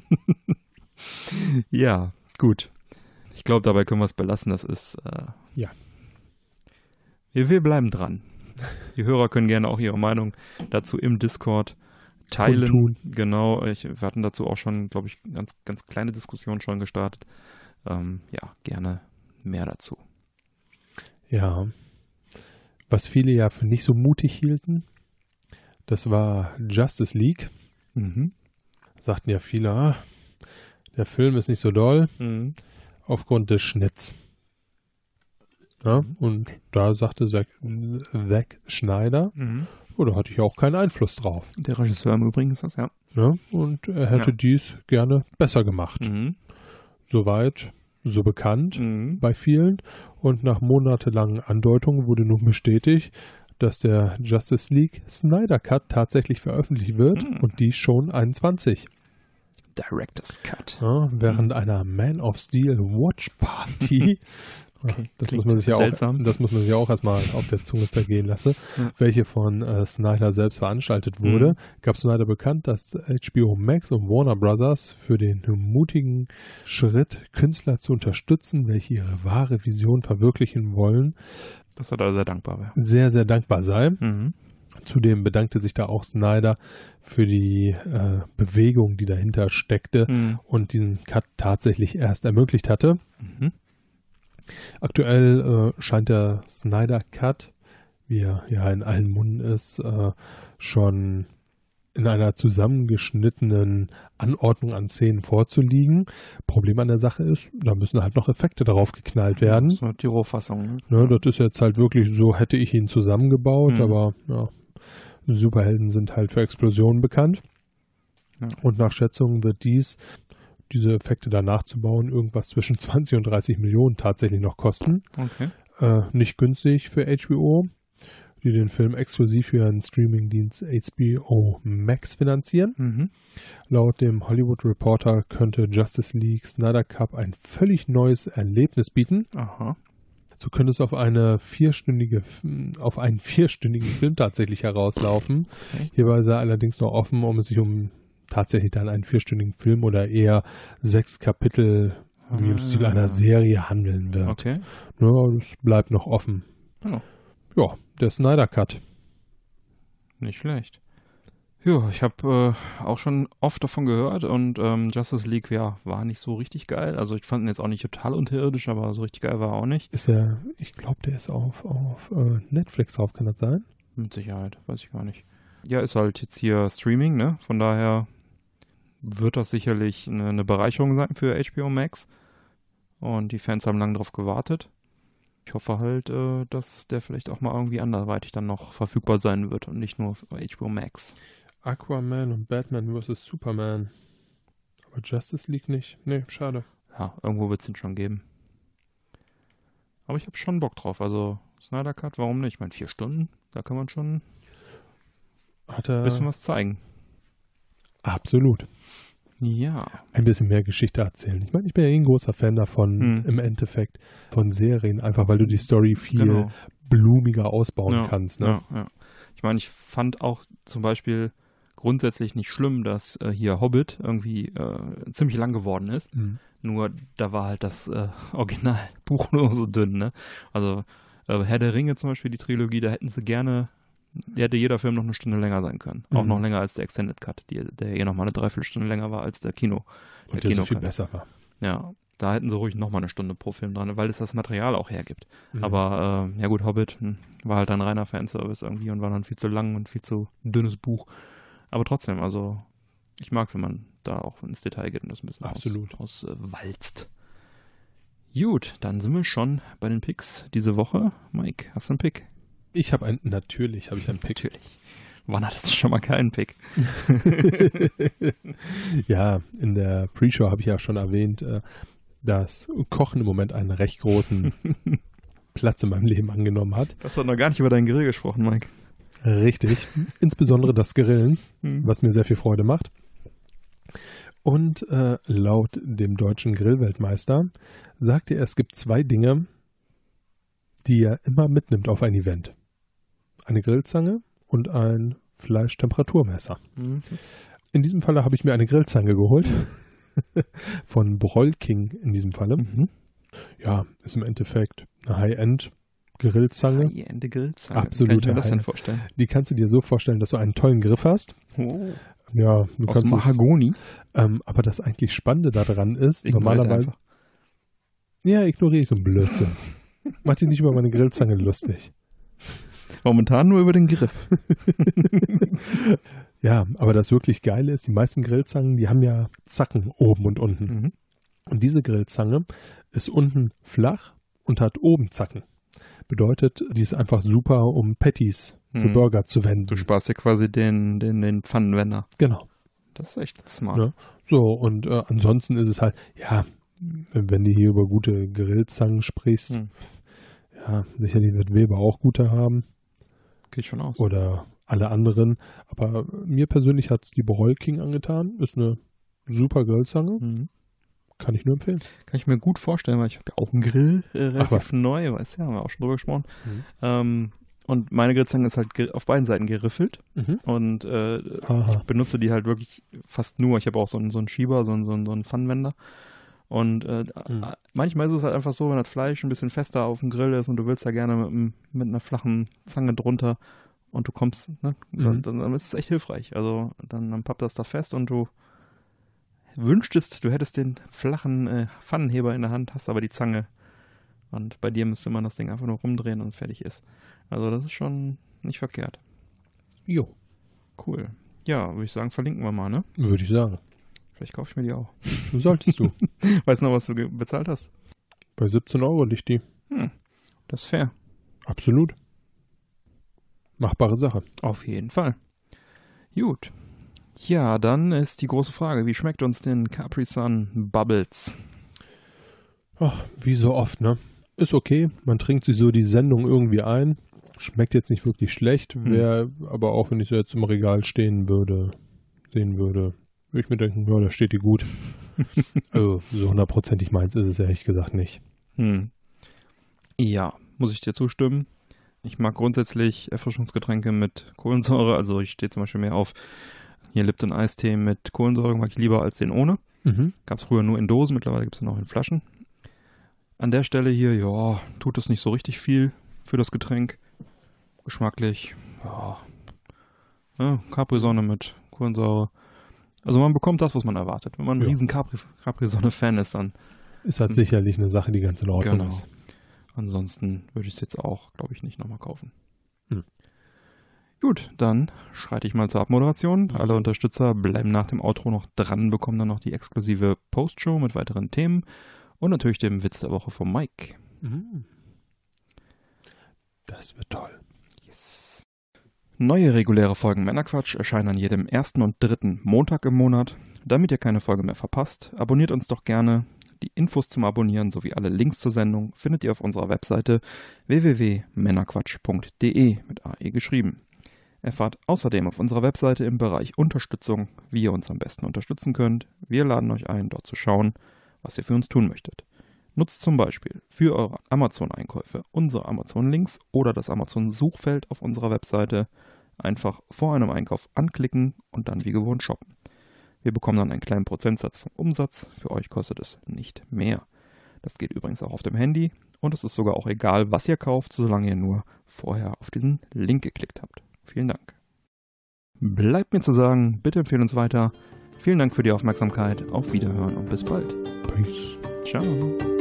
Ja, gut. Ich glaube, dabei können wir es belassen. Das ist äh, ja. Wir, wir bleiben dran. Die Hörer können gerne auch ihre Meinung dazu im Discord teilen. Tun. Genau, ich, wir hatten dazu auch schon, glaube ich, ganz, ganz kleine Diskussionen schon gestartet. Ähm, ja, gerne mehr dazu. Ja, was viele ja für nicht so mutig hielten, das war Justice League. Mhm. Sagten ja viele, ah, der Film ist nicht so doll, mhm. aufgrund des Schnitts. Ja, und da sagte Zack, Zack Snyder, mhm. oh, da hatte ich auch keinen Einfluss drauf. Der Regisseur im Übrigen ist das, ja. Ja, und er hätte ja. dies gerne besser gemacht. Mhm. Soweit, so bekannt mhm. bei vielen. Und nach monatelangen Andeutungen wurde nun bestätigt, dass der Justice League Snyder Cut tatsächlich veröffentlicht wird, mhm. und dies schon einundzwanzig. Director's Cut. Ja, während mhm. einer Man of Steel Watch Party. Okay, das, muss man sich ja auch, das muss man sich auch erstmal auf der Zunge zergehen lassen, ja. welche von äh, Snyder selbst veranstaltet wurde. Mhm. Gab Snyder bekannt, dass H B O Max und Warner Brothers für den mutigen Schritt, Künstler zu unterstützen, welche ihre wahre Vision verwirklichen wollen, dass er da sehr dankbar wäre. Sehr, sehr dankbar sei. Mhm. Zudem bedankte sich da auch Snyder für die äh, Bewegung, die dahinter steckte mhm. und diesen Cut tatsächlich erst ermöglicht hatte. Mhm. Aktuell äh, scheint der Snyder Cut, wie er ja in allen Munden ist, äh, schon in einer zusammengeschnittenen Anordnung an Szenen vorzuliegen. Problem an der Sache ist, da müssen halt noch Effekte drauf geknallt werden. Das ist die Rohfassung. Ne? Ne, das ist jetzt halt wirklich so, hätte ich ihn zusammengebaut, mhm. aber ja, Superhelden sind halt für Explosionen bekannt. Ja. Und nach Schätzungen wird dies, diese Effekte da nachzubauen, irgendwas zwischen zwanzig und dreißig Millionen tatsächlich noch kosten. Okay. Äh, nicht günstig für H B O, die den Film exklusiv für ihren Streamingdienst H B O Max finanzieren. Mhm. Laut dem Hollywood Reporter könnte Justice League Snyder Cup ein völlig neues Erlebnis bieten. Aha. So könnte es auf eine vierstündige, auf einen vierstündigen Film tatsächlich herauslaufen. Okay. Hierbei sei allerdings noch offen, um es sich um tatsächlich dann einen vierstündigen Film oder eher sechs Kapitel wie im Stil einer Serie handeln wird. Okay. Ja, das bleibt noch offen. Oh. Ja, der Snyder Cut. Nicht schlecht. Ja, ich habe äh, auch schon oft davon gehört und ähm, Justice League ja, war nicht so richtig geil. Also ich fand ihn jetzt auch nicht total unterirdisch, aber so richtig geil war er auch nicht. Ist er, ich glaube, der ist auf, auf äh, Netflix drauf, kann das sein? Mit Sicherheit, weiß ich gar nicht. Ja, ist halt jetzt hier Streaming, ne? Von daher wird das sicherlich eine, eine Bereicherung sein für H B O Max. Und die Fans haben lange drauf gewartet. Ich hoffe halt, äh, dass der vielleicht auch mal irgendwie anderweitig dann noch verfügbar sein wird und nicht nur für H B O Max. Aquaman und Batman versus. Superman. Aber Justice League nicht. Nee, schade. Ja, irgendwo wird es ihn schon geben. Aber ich habe schon Bock drauf. Also Snyder Cut, warum nicht? Ich meine, vier Stunden, da kann man schon Hat er ein bisschen was zeigen. Absolut. Ja. Ein bisschen mehr Geschichte erzählen. Ich meine, ich bin ja eh ein großer Fan davon, hm. im Endeffekt, von Serien, einfach weil du die Story viel genau. blumiger ausbauen ja, kannst. Ne? Ja, ja. Ich meine, ich fand auch zum Beispiel grundsätzlich nicht schlimm, dass äh, hier Hobbit irgendwie äh, ziemlich lang geworden ist. Mhm. Nur da war halt das äh, Originalbuch nur so dünn. Ne? Also äh, Herr der Ringe zum Beispiel, die Trilogie, da hätten sie gerne, da hätte jeder Film noch eine Stunde länger sein können. Mhm. Auch noch länger als der Extended Cut, die, der eh noch mal eine Dreiviertelstunde länger war als der Kino. Der, Und der so viel besser war. Ja, da hätten sie ruhig noch mal eine Stunde pro Film dran, weil es das Material auch hergibt. Mhm. Aber äh, ja gut, Hobbit hm, war halt ein reiner Fanservice irgendwie und war dann viel zu lang und viel zu dünnes Buch. Aber trotzdem, also ich mag es, wenn man da auch ins Detail geht und das ein bisschen Absolut. aus, auswalzt. Äh, Gut, dann sind wir schon bei den Picks diese Woche. Mike, hast du einen Pick? Ich habe einen, natürlich habe ich einen Pick. Natürlich. Wann hattest du schon mal keinen Pick? Ja, in der Pre-Show habe ich ja schon erwähnt, dass Kochen im Moment einen recht großen Platz in meinem Leben angenommen hat. Du hast doch noch gar nicht über dein Grill gesprochen, Mike. Richtig. Insbesondere das Grillen, hm. was mir sehr viel Freude macht. Und äh, laut dem deutschen Grillweltmeister sagte er, es gibt zwei Dinge, die er immer mitnimmt auf ein Event. Eine Grillzange und ein Fleischtemperaturmesser. Mhm. In diesem Falle habe ich mir eine Grillzange geholt. Von Broil King in diesem Falle. Mhm. Ja, ist im Endeffekt eine High-End Grillzange. High-End Grillzange. Absolut. Wie kann ich mir das denn vorstellen? Die kannst du dir so vorstellen, dass du einen tollen Griff hast. Oh. Ja, du Aus kannst Mahagoni. Es, ähm, aber das eigentlich Spannende daran ist, Ignoriert normalerweise. Einfach. Ja, ignoriere ich so einen Blödsinn. Mach dich nicht über meine Grillzange lustig. Momentan nur über den Griff. Ja, aber das wirklich Geile ist, die meisten Grillzangen, die haben ja Zacken oben und unten. Mhm. Und diese Grillzange ist unten flach und hat oben Zacken. Bedeutet, die ist einfach super, um Patties für mhm. Burger zu wenden. Du sparst dir quasi den, den, den Pfannenwender. Genau. Das ist echt smart. Ja. So, und äh, ansonsten ist es halt, ja, wenn du hier über gute Grillzangen sprichst, mhm. ja, sicherlich wird Weber auch gute haben. Gehe ich schon aus. Oder alle anderen. Aber mir persönlich hat es die Broil King angetan. Ist eine Super Grillzange. Mhm. Kann ich nur empfehlen. Kann ich mir gut vorstellen, weil ich habe ja auch einen Grill, äh, relativ Ach, was? neu, weißt du, ja, haben wir auch schon drüber gesprochen. Mhm. Ähm, und meine Grillzange ist halt ge- auf beiden Seiten geriffelt Mhm. und äh, Aha. ich benutze die halt wirklich fast nur. Ich habe auch so einen, so einen Schieber, so einen, so einen, so einen Pfannenwender. Und äh, Mhm. manchmal ist es halt einfach so, wenn das Fleisch ein bisschen fester auf dem Grill ist und du willst da gerne mit, einem- mit einer flachen Zange drunter und du kommst, ne, dann, Mhm. dann, dann ist es echt hilfreich. Also dann, dann pappt das da fest und du wünschtest, du hättest den flachen äh, Pfannenheber in der Hand, hast aber die Zange. Und bei dir müsste man das Ding einfach nur rumdrehen und fertig ist. Also das ist schon nicht verkehrt. Jo, Cool. Ja, würde ich sagen, verlinken wir mal, ne? würde ich sagen. Vielleicht kaufe ich mir die auch. Solltest du. Weißt du noch, was du ge- bezahlt hast? Bei siebzehn Euro liegt die. Hm, das ist fair. Absolut. Machbare Sache. Auf jeden Fall. Gut. Ja, dann ist die große Frage, wie schmeckt uns denn Capri Sun Bubbles? Ach, wie so oft, ne? Ist okay. Man trinkt sich so die Sendung irgendwie ein. Schmeckt jetzt nicht wirklich schlecht. Hm. Wäre aber auch, wenn ich so jetzt im Regal stehen würde, sehen würde, würde ich mir denken, ja, da steht die gut. Also so hundertprozentig meins ist es ehrlich gesagt nicht. Hm. Ja, muss ich dir zustimmen. Ich mag grundsätzlich Erfrischungsgetränke mit Kohlensäure. Also ich stehe zum Beispiel mehr auf hier Lipton Eistee mit Kohlensäure, mag ich lieber als den ohne. Mhm. Gab es früher nur in Dosen, mittlerweile gibt es ihn auch in Flaschen. An der Stelle hier, ja, tut es nicht so richtig viel für das Getränk. Geschmacklich, ja, ja Capri-Sonne mit Kohlensäure. Also man bekommt das, was man erwartet. Wenn man ein Ja. riesen Capri- Capri-Sonne-Fan ist, dann Ist halt Hm. sicherlich eine Sache, die ganz in Ordnung genau. ist. Ansonsten würde ich es jetzt auch, glaube ich, nicht nochmal kaufen. Hm. Gut, dann schreite ich mal zur Abmoderation. Alle Unterstützer bleiben nach dem Outro noch dran, bekommen dann noch die exklusive Postshow mit weiteren Themen und natürlich dem Witz der Woche von Mike. Mhm. Das wird toll. Neue reguläre Folgen Männerquatsch erscheinen an jedem ersten und dritten Montag im Monat. Damit ihr keine Folge mehr verpasst, abonniert uns doch gerne. Die Infos zum Abonnieren sowie alle Links zur Sendung findet ihr auf unserer Webseite w w w punkt männerquatsch punkt d e mit A E geschrieben. Erfahrt außerdem auf unserer Webseite im Bereich Unterstützung, wie ihr uns am besten unterstützen könnt. Wir laden euch ein, dort zu schauen, was ihr für uns tun möchtet. Nutzt zum Beispiel für eure Amazon-Einkäufe unsere Amazon-Links oder das Amazon-Suchfeld auf unserer Webseite. Einfach vor einem Einkauf anklicken und dann wie gewohnt shoppen. Wir bekommen dann einen kleinen Prozentsatz vom Umsatz. Für euch kostet es nicht mehr. Das geht übrigens auch auf dem Handy und es ist sogar auch egal, was ihr kauft, solange ihr nur vorher auf diesen Link geklickt habt. Vielen Dank. Bleibt mir zu sagen, bitte empfehlen uns weiter. Vielen Dank für die Aufmerksamkeit. Auf Wiederhören und bis bald. Peace. Ciao.